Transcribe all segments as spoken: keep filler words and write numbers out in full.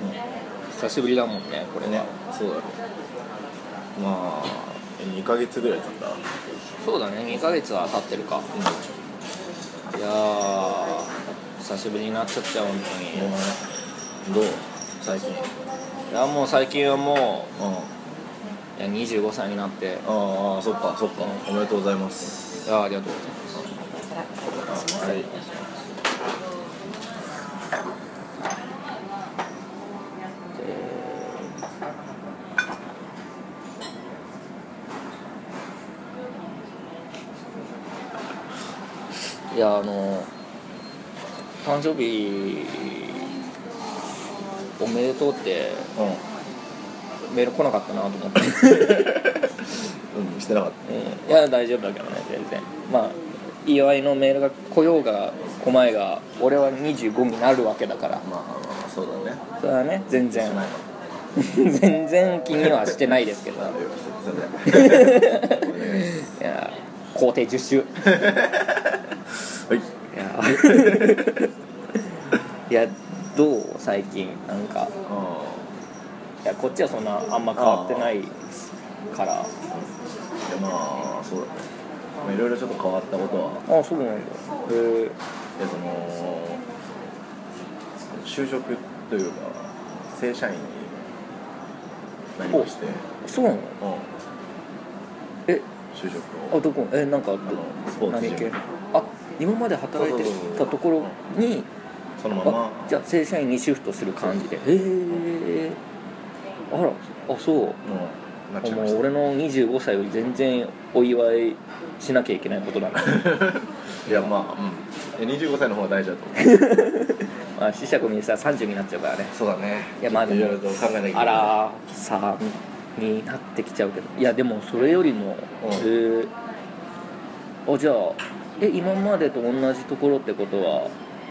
久しぶりだもんねこれね。 そうだね。まあにかげつぐらい経った。 そうだね、にかげつは経ってるか、うん、いやー久しぶりになっちゃったよ本当に、 どう最近。いやもう最近はもう、 うん、 いやにじゅうごさいになって。 ああそっかそっか、うん、おめでとうございます。 いやありがとうございます。はい。いやあの誕生日おめでとうって、うん、メール来なかったなと思ってうん、してなかった、 うん、いや大丈夫だけどね全然。まあ祝いのメールが来ようが来まいが俺はにじゅうごになるわけだから。まあまあそうだね。 そうだね、全然全然気にはしてないですけどいや肯定じゅっ週はいいやいやどう最近なんか。いやこっちはそんなあんま変わってないから。いやまあそうだね、まあ、いろいろちょっと変わったことは。 あそうなんだ。へえ。 でその就職というか正社員になりまして。 そうなの。うん、え就職を。 あどこえなんかあのスポーツジム。 あ今まで働いてたところにそのままじゃあ正社員にシフトする感じで。へえ。あらあそう、うん、 なっちゃいました。 もう俺のにじゅうごさいより全然お祝いしなきゃいけないことだないやまあ、うん、にじゅうごさいの方が大事だと思うまあ四捨五入したらさんじゅうになっちゃうからね。 そうだね。 いやまあでもいろいろと考えなきゃいけない。 あらさになってきちゃうけど。いやでもそれよりも、うん、えー、あじゃあえ今までと同じところってことは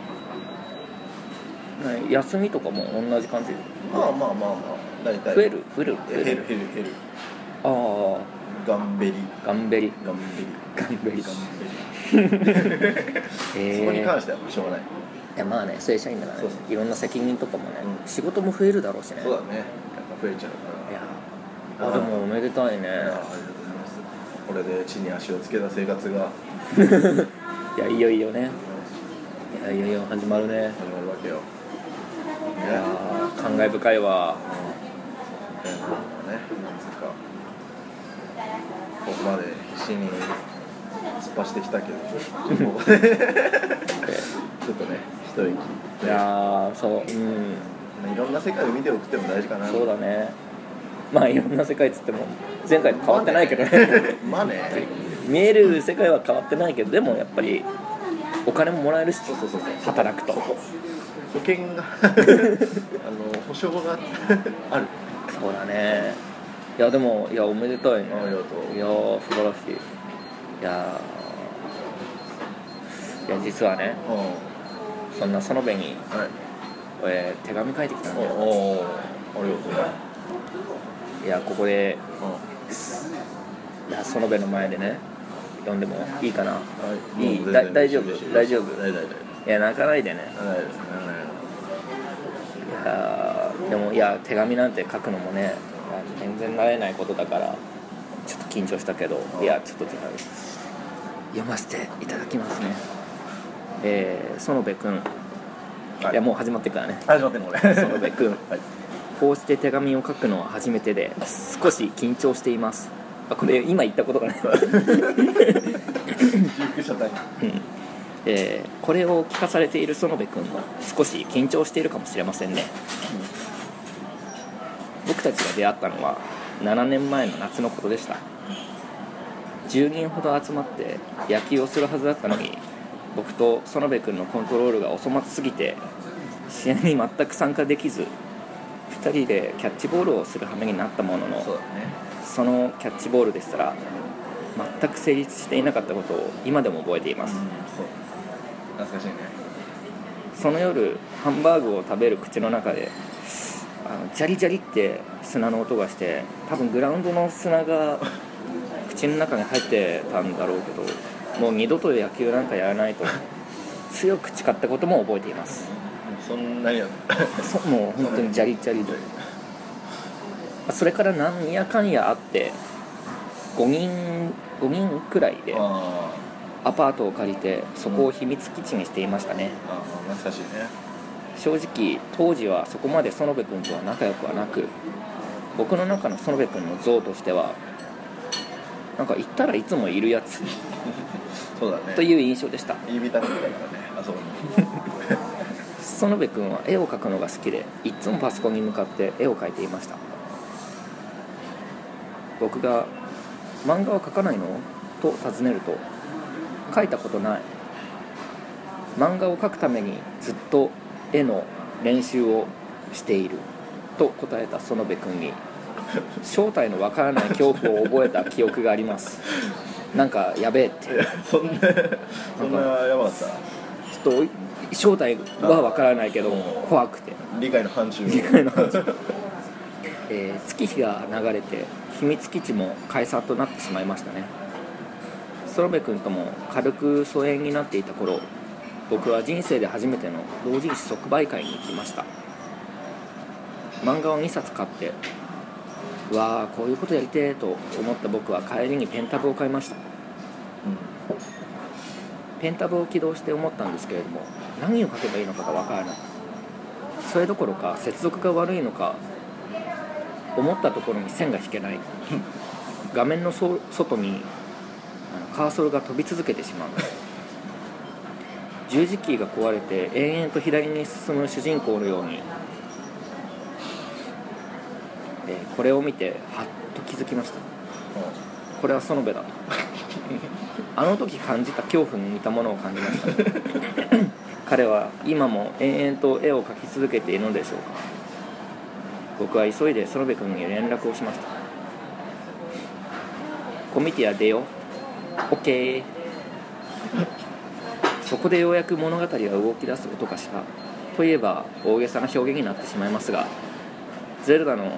休みとかも同じ感じ。 まあまあまあまあ大体増える増える増える減る減る減る。ああガンベリガンベリガンベリガンベリガンベリえー、そこに関してはしょうがない。 いやまあね正社員だからね。そうそういろんな責任とかもね、うん、仕事も増えるだろうしね。 そうだね、やっぱ増えちゃうから。いやあでもおめでたいね。ありがとうございます。これで地に足をつけた生活がいやいよいよね。いやいよいよ始まるね。 始まるわけよ。 いや感慨深いわ。 うん、ね、なんつうかここまで必死に突っ走ってきたけどちょっとね一息。 いやそう、うん、 いろんな世界を見ておくっても大事かな。 そうだね。まあいろんな世界っつっても前回と変わってないけどねまあね見える世界は変わってないけどでもやっぱりお金ももらえるし。そうそうそうそう働くと保険があの保証がある。 そうだね。いやでもいやおめでたいね。 ありがとう。 いや素晴らしい。いやいや実はね、うん、そんな園部に、はい、俺手紙書いてきたんだよ。おおありがとう。いやここで、うん、いや園部の前でね読んでもいいかな。はい、いいだ大丈夫大丈夫。いや泣かないでね。いやでもいや手紙なんて書くのもね全然慣れないことだからちょっと緊張したけど、いやちょっと手紙読ませていただきますね。えー、園部くん、はい、いやもう始まってるからね。 始まってんの俺園部くん、はい、こうして手紙を書くのは初めてで少し緊張しています。あこれ今言ったことがねうんえー、これを聞かされている園部くんも少し緊張しているかもしれませんね、うん、僕たちが出会ったのはななねんまえの夏のことでした。じゅうにんほど集まって野球をするはずだったのに僕と園部くんのコントロールがお粗末すぎて試合に全く参加できずふたりでキャッチボールをする羽目になったものの、 そうだね、そのキャッチボールでしたら全く成立していなかったことを今でも覚えています、うん、そう懐かしいね。 その夜ハンバーグを食べる口の中であのジャリジャリって砂の音がして多分グラウンドの砂が口の中に入ってたんだろうけどもう二度と野球なんかやらないと強く誓ったことも覚えています。 そんなにやそもう本当にジャリジャリで、それからなんやかんやあってごにんごにんくらいであアパートを借りてそこを秘密基地にしていましたね。 あ懐かしいね。 正直当時はそこまで園部君とは仲良くはなく、僕の中の園部君の像としてはなんか行ったらいつもいるやつそうだねという印象でした。 言い浸ってたからね、あそこに園部君は絵を描くのが好きでいつもパソコンに向かって絵を描いていました。僕が漫画を描かないのと尋ねると、描いたことない、漫画を描くためにずっと絵の練習をしていると答えた園部君に正体のわからない恐怖を覚えた記憶があります。なんかやべえって、 いやそんなそんなやばかった。 ちょっと正体はわからないけど怖くて理解の範疇理解の範疇えー、月日が流れて秘密基地も解散となってしまいましたね。園部君とも軽く疎遠になっていた頃、僕は人生で初めての同人誌即売会に行きました。漫画をにさつ買って、うわーこういうことやりてーと思った僕は帰りにペンタブを買いました。ペンタブを起動して思ったんですけれども、何を書けばいいのかがわからない。それどころか接続が悪いのか、思ったところに線が引けない。画面のそ外にカーソルが飛び続けてしまう。十字キーが壊れて延々と左に進む主人公のように、えーこれを見てはっと気づきました。これは園部だとあの時感じた恐怖に似たものを感じました彼は今も延々と絵を描き続けているのでしょうか。僕は急いで園部君に連絡をしました。コミティア出よ OK そこでようやく物語が動き出すことかしらといえば大げさな表現になってしまいますが、ゼルダの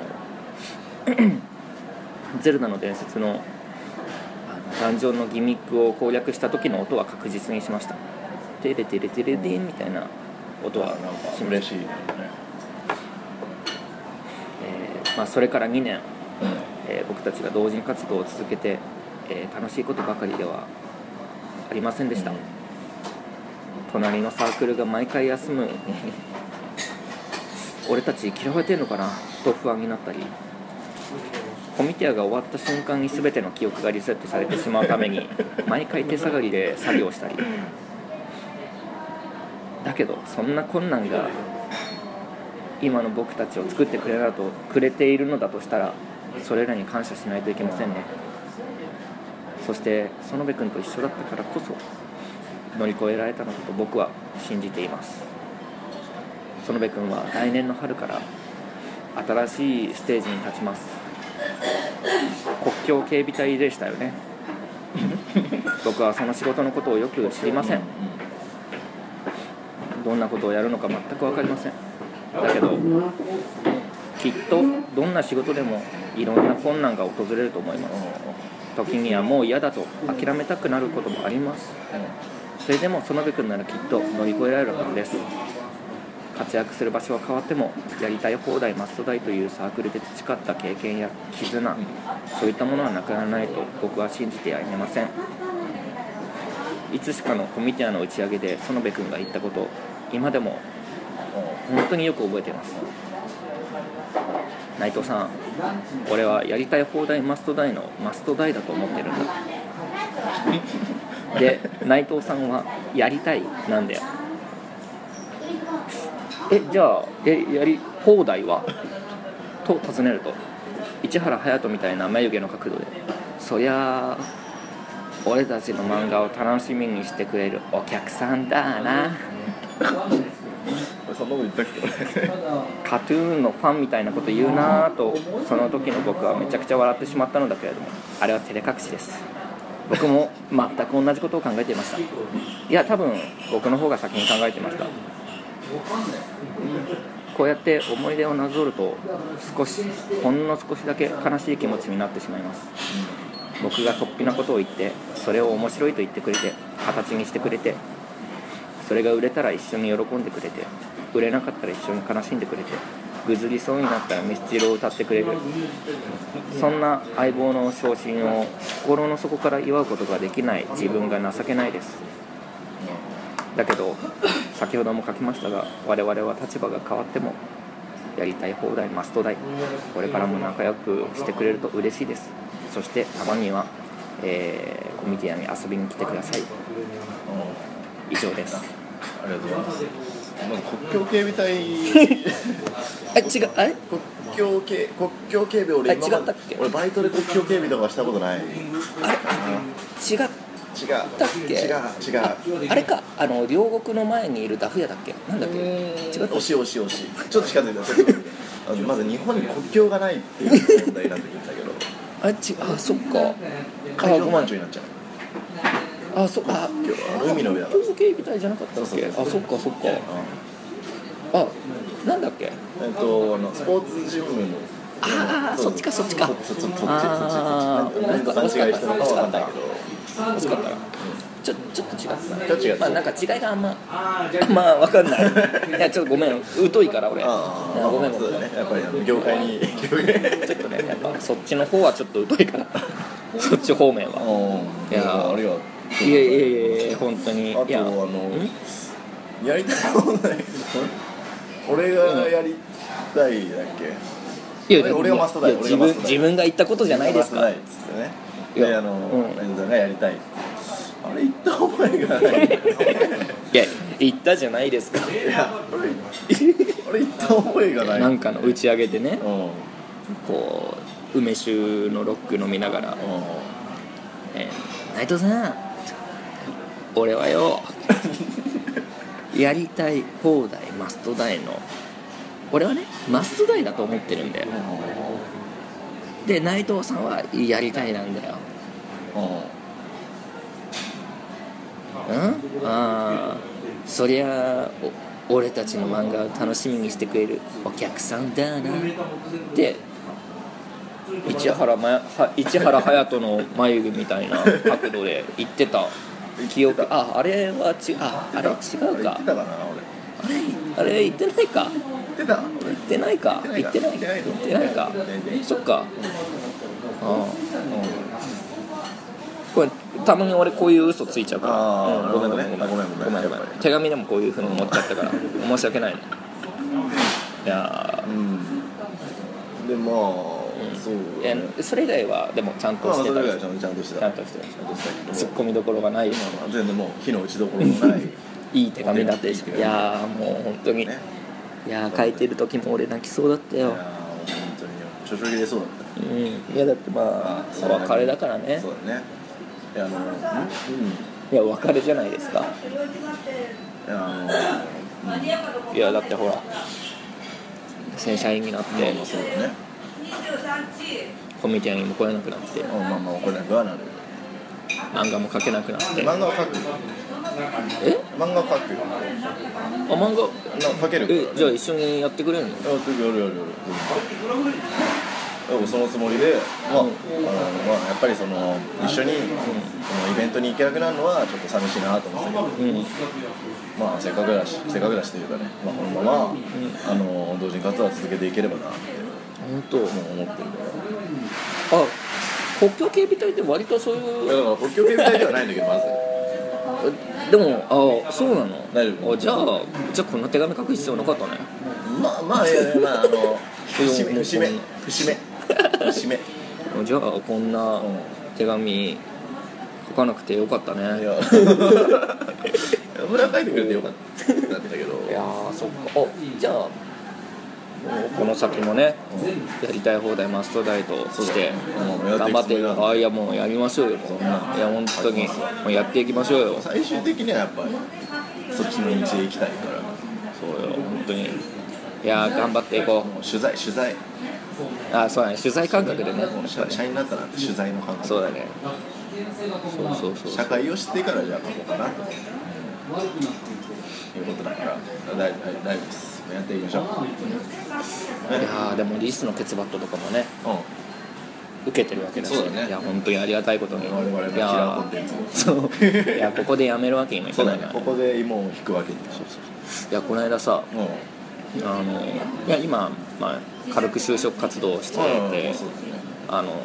ゼルダの伝説のダンジョンのギミックを攻略した時の音は確実にしました。テレテレテレディンみたいな音はしました。 嬉しいね。 えーまあ、それからにねん、えー僕たちが同人活動を続けて、えー楽しいことばかりではありませんでした。隣のサークルが毎回休む俺たち嫌われてんのかなと不安になったり、コミティアが終わった瞬間に全ての記憶がリセットされてしまうために毎回手探りで作業したり、だけどそんな困難が今の僕たちを作ってくれなとくれているのだとしたら、それらに感謝しないといけませんね。そして園部君と一緒だったからこそ乗り越えられたのだと僕は信じています。園部君は来年の春から新しいステージに立ちます。国境警備隊でしたよね僕はその仕事のことをよく知りません。どんなことをやるのか全く分かりません。だけどきっとどんな仕事でもいろんな困難が訪れると思います。時にはもう嫌だと諦めたくなることもあります。それでも園部君ならきっと乗り越えられるはずです。活躍する場所は変わってもやりたい放題マストダイというサークルで培った経験や絆、そういったものはなくならないと僕は信じてやめません。いつしかのコミティアの打ち上げで園部君が言ったこと、今でも本当によく覚えています。内藤さん、俺はやりたい放題マストダイのマストダイだと思ってるんだで、内藤さんはやりたいなんだよ。え、じゃあえやり放題はと尋ねると、市原隼人みたいな眉毛の角度で、そりゃあ俺たちの漫画を楽しみにしてくれるお客さんだなそんなこと言ったっけカトゥーンのファンみたいなこと言うなと、その時の僕はめちゃくちゃ笑ってしまったのだけれども、あれは照れ隠しです。僕も全く同じことを考えていました。いや、多分僕の方が先に考えていました。こうやって思い出をなぞると少しほんの少しだけ悲しい気持ちになってしまいます。僕が突飛なことを言ってそれを面白いと言ってくれて形にしてくれて、それが売れたら一緒に喜んでくれて、 売れなかったら一緒に悲しんでくれて、ぐずりそうになったらミスチルを歌ってくれる。そんな相棒の昇進を心の底から祝うことができない自分が情けないです。だけど先ほども書きましたが、我々は立場が変わってもやりたい放題マストダイ。これからも仲良くしてくれると嬉しいです。そしてたまには、えー、コミティアに遊びに来てください。以上です。 ありがとうございます。まず国境警備隊え違うあれ国境警国境警備俺今まで違ったっけ俺バイトで国境警備とかしたことない。 あれ違っ違うだっけ違う違うああれか、あの両国の前にいるダフ屋だっけ、なんだっけ、違った惜しい惜しい惜しい。ちょっと近づいた。ちょっとあのまず日本に国境がないっていう問題になってくるんだけどあれちあそっか海上保安庁になっちゃう。 あそっか今日あの海の上だから。 国境警備隊じゃなかったっけ。あそっかそっかあなんだっけえっとあのスポーツジムのああそっちかそっちかそっちそっちそっちあー何と勘違いしたのかわかんないけど惜しかったなちょちょっと違ったちょっと違ったまあなんか違いがあんままあわかんないいやちょっとごめん疎いから俺あいやごめんごめんそうだねやっぱりあの業界にちょっとねやっぱそっちの方はちょっと疎いからそっち方面はいやありがとう。 いやいやいやいや本当にあといやあのやりたい放題俺がやりたいだっけ。 いや俺がマストだよ。 いや自分自分が言ったことじゃないですか。 マストだいっつってね。 いやであのうんメンザがやりたい。あれ言った覚えがない。 いや言ったじゃないですか。 いや俺俺言った覚えがない。 なんかの打ち上げでね、 うんこう梅酒のロック飲みながら、 うえー、内藤さん俺はよやりたい放題マストダイの俺はねマストダイだと思ってるんだよ。で内藤さんはやりたいなんだよ。 んうんうんああそりゃお俺たちの漫画を楽しみにしてくれるお客さんだなって市原まやは市原隼人の眉毛みたいな角度で言ってた記憶ああれは違うああれ違うか言ってたかな俺。 あれあれ言ってないか言ってた。 言ってないか言っ言っててないいな言ってない言ってないかそっかああこれたまに俺こういう嘘ついちゃうからあーうんごめんごめんごめんごめんごめんごめんごめん手紙でもこういう風に思っちゃったから申し訳ないねいやうんでまあそうーいやそれ以外はでもちゃんとまあしてたそれぐらいちゃんとちゃんとしてたちゃんとしてたちゃんとしたけどツッコミどころがないまあ全然もう火の打ちどころもないいい手紙だったでしょいやーもう本当にねいやー書いてる時も俺泣きそうだったよいやー本当によちょちょぎ出そうだったうんいやだってまあお別れだからねそうだねいやあのうんうんいやお別れじゃないですかいやあのいやだってほら正社員になってまあそうだねコミティアにも来れなくなってまあまあこれなくはなる漫画も描けなくなって漫画を描くえ漫画を描くよあ漫画描けるからねえじゃあ一緒にやってくれるのやってくやるやるやるでもそのつもりで、まああのまあ、やっぱりその一緒に、そのイベントに行けなくなるのはちょっと寂しいなと思ってたけど、 うんまあせっかくだしせっかくだしというかね、まあ、このまま、あの同人活動は続けていければなって本当もう思ってるからあ国境警備隊って割とそういいうやだから国境警備隊ではないんだけどまずでもあそうなの大丈夫あじゃあじゃあこんな手紙書く必要なかったねまあまあいやいやまああの節目もう節目節目節目じゃあこんな手紙書かなくてよかったねいや村書いてくれてよかったんだけどいやーそっかあじゃあもうこの先もねやりたい放題マストダイとして頑張ってあいやもうやりましょうよもういや本当にもうやっていきましょうよ最終的にはやっぱりそっちの道へ行きたいからそうよ本当にいや頑張っていこもう取材取材うあそうだね取材感覚でねもう社社員になったら取材の感覚そうだねそうそうそう社会を知ってからじゃあ書こうかなということだから大丈夫大丈夫ですやっていきましょう、ね、 いやーでもリスのケツバットとかもねうん受けてるわけだし、 そうだねいや本当にありがたいことに、 我々のキいラーやコンテンツそういやここでやめるわけにもいかないから、ね、 ここで芋を引くわけにそういやこの間さそうあのいや今、まあ、軽く就職活動をしてて、 うんうんそうですねあの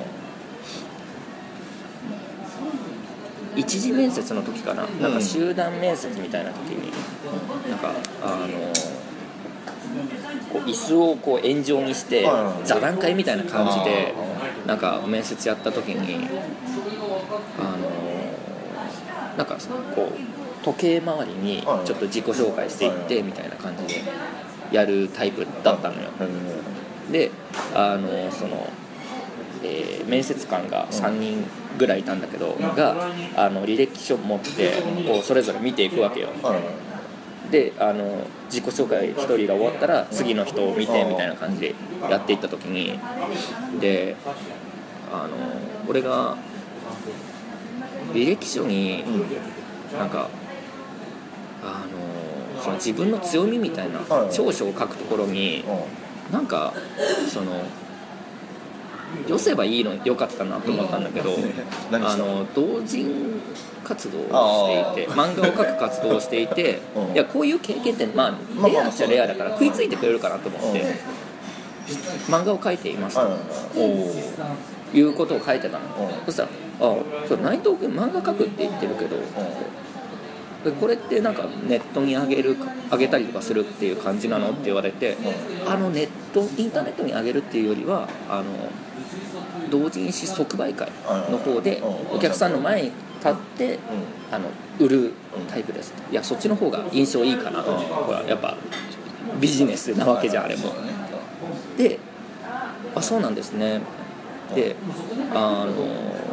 一次面接の時かな、なんか集団面接みたいな時になんかあのこう椅子をこう円状にして座談会みたいな感じでなんか面接やった時にあのなんかこう時計回りにちょっと自己紹介していってみたいな感じでやるタイプだったのよ。であのその、えー、面接官がさんにんぐらいいたんだけどがあの履歴書持ってこうそれぞれ見ていくわけよ。であの自己紹介ひとりが終わったら次の人を見てみたいな感じでやっていった時にであの俺が履歴書になんかあのその自分の強みみたいな長所を書くところになんかその寄せばいいのよかったなと思ったんだけどあの同人活動をしていて漫画を描く活動をしていていやこういう経験ってまあレアっちゃレアだから食いついてくれるかなと思って漫画を描いていますということを書いてたの。そしたらあそう内藤君漫画描くって言ってるけどこれってなんかネットに上げる上げたりとかするっていう感じなのって言われてあのネットインターネットに上げるっていうよりはあの同人誌即売会の方でお客さんの前に立ってあの売るタイプです。いやそっちの方が印象いいかなと。ほらやっぱビジネスなわけじゃんあれも。であそうなんですね。であの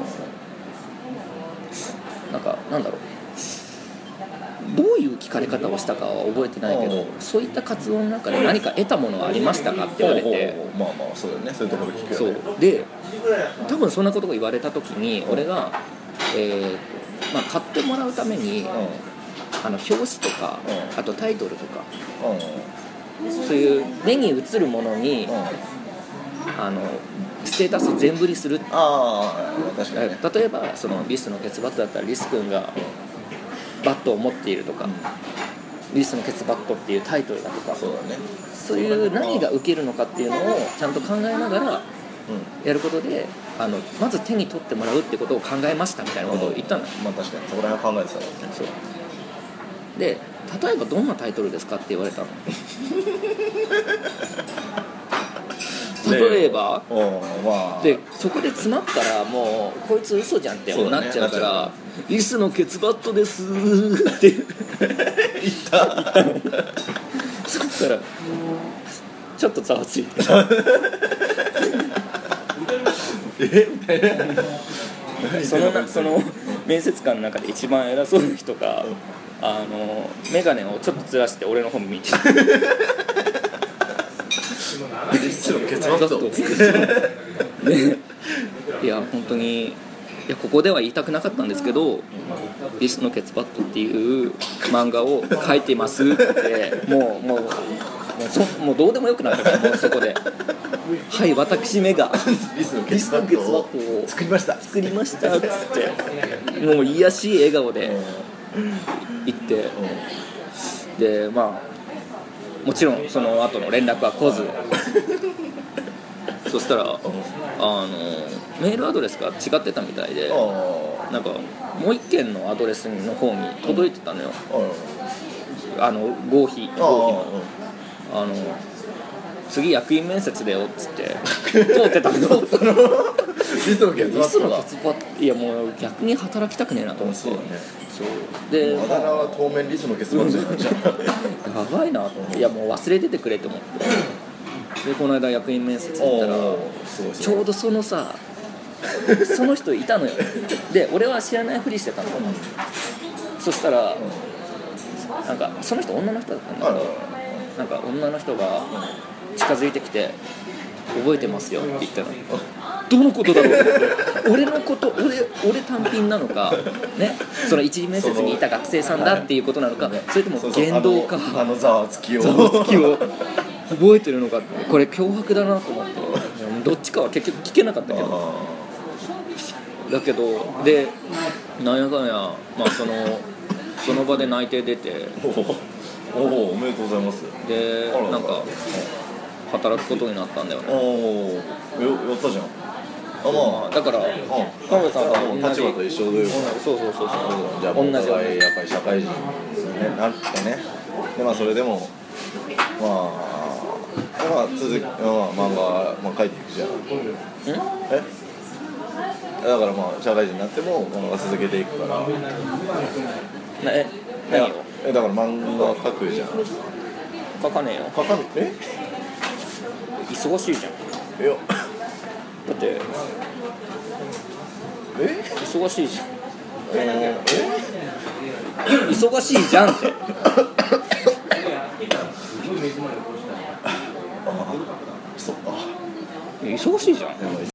なんかなんだろうどういう聞かれ方をしたかは覚えてないけどそういった活動の中で何か得たものはありましたかって言われてまあまあそうだよねそういうところ聞くよね。 そうで多分そんなことが言われた時に俺が、えーまあ、買ってもらうためにあの表紙とかあとタイトルとかそういう目に映るものにあのステータスを全振りする。 あ確かに、ね、 例えばそのリスのケツバットだったらリス君がバットを持っているとかリスのケツバットっていうタイトルだとかそうだねそういう何が受けるのかっていうのをちゃんと考えながらやることであのまず手に取ってもらうってことを考えましたみたいなことを言ったんだ。 まあ確かにそこら辺は考えてたからね。 そうで例えばどんなタイトルですかって言われたの例えば、 まあ、 でそこで詰まったらもうこいつ嘘じゃんってなっちゃうからね、 リスのケツバットですって言ったそしたらちょっとざわついてえそのなその面接官の中で一番偉そうな人があの眼鏡をちょっとずらして俺の方見てリスのケツバットでいや本当にいやここでは言いたくなかったんですけどリスのケツバットっていう漫画を描いてますってもうもうもうそもうどうでもよくなったからもうそこではい私めがリスのケツバットを作りました作りましたっつってもう癒やしい笑顔で行ってでまあもちろんその後の連絡は来ずそしたらあのメールアドレスが違ってたみたいでなんかもう一件のアドレスの方に届いてたのよあの合否合否のあの次役員面接だよっつって通ってたのリスのケツバットがいやもう逆に働きたくねえなと思ってそうだねそうであだ名は当面リスのケツバットになっちゃうやばいなと思っていやもう忘れててくれと思ってでこの間役員面接行ったらちょうどそのさその人いたのよで俺は知らないふりしてたのそしたらなんかその人女の人だったんだけどなんか女の人が近づいてきて覚えてますよって言ったのどのことだろうって俺のこと俺俺単品なのかねその一次面接にいた学生さんだっていうことなのかそれとも言動かあのざわつきをざわつきを覚えてるのかこれ脅迫だなと思ってどっちかは結局聞けなかったけどだけどでなんやかんや、まあ、そのその場で内定出ておおおめでとうございます。 であらなんか働くことになったんだよおね。 おやったじゃん。あまあだから河辺さんと同じ立場と一緒で、 そうそうそうそうじゃあもうお同じ互いやっぱり社会人になってね。でまあそれでもまあまあ続きまあ漫画まあ書いていくじゃん。え？だからまあ社会人になっても漫画続けていくから。 なえ何をえだから漫画書くじゃん。 書かねえよ。 書かんえ？ 忙しいじゃん。 いやだってえ？ 忙しいじゃん。 え忙しいじゃんってそっか。 忙しいじゃん。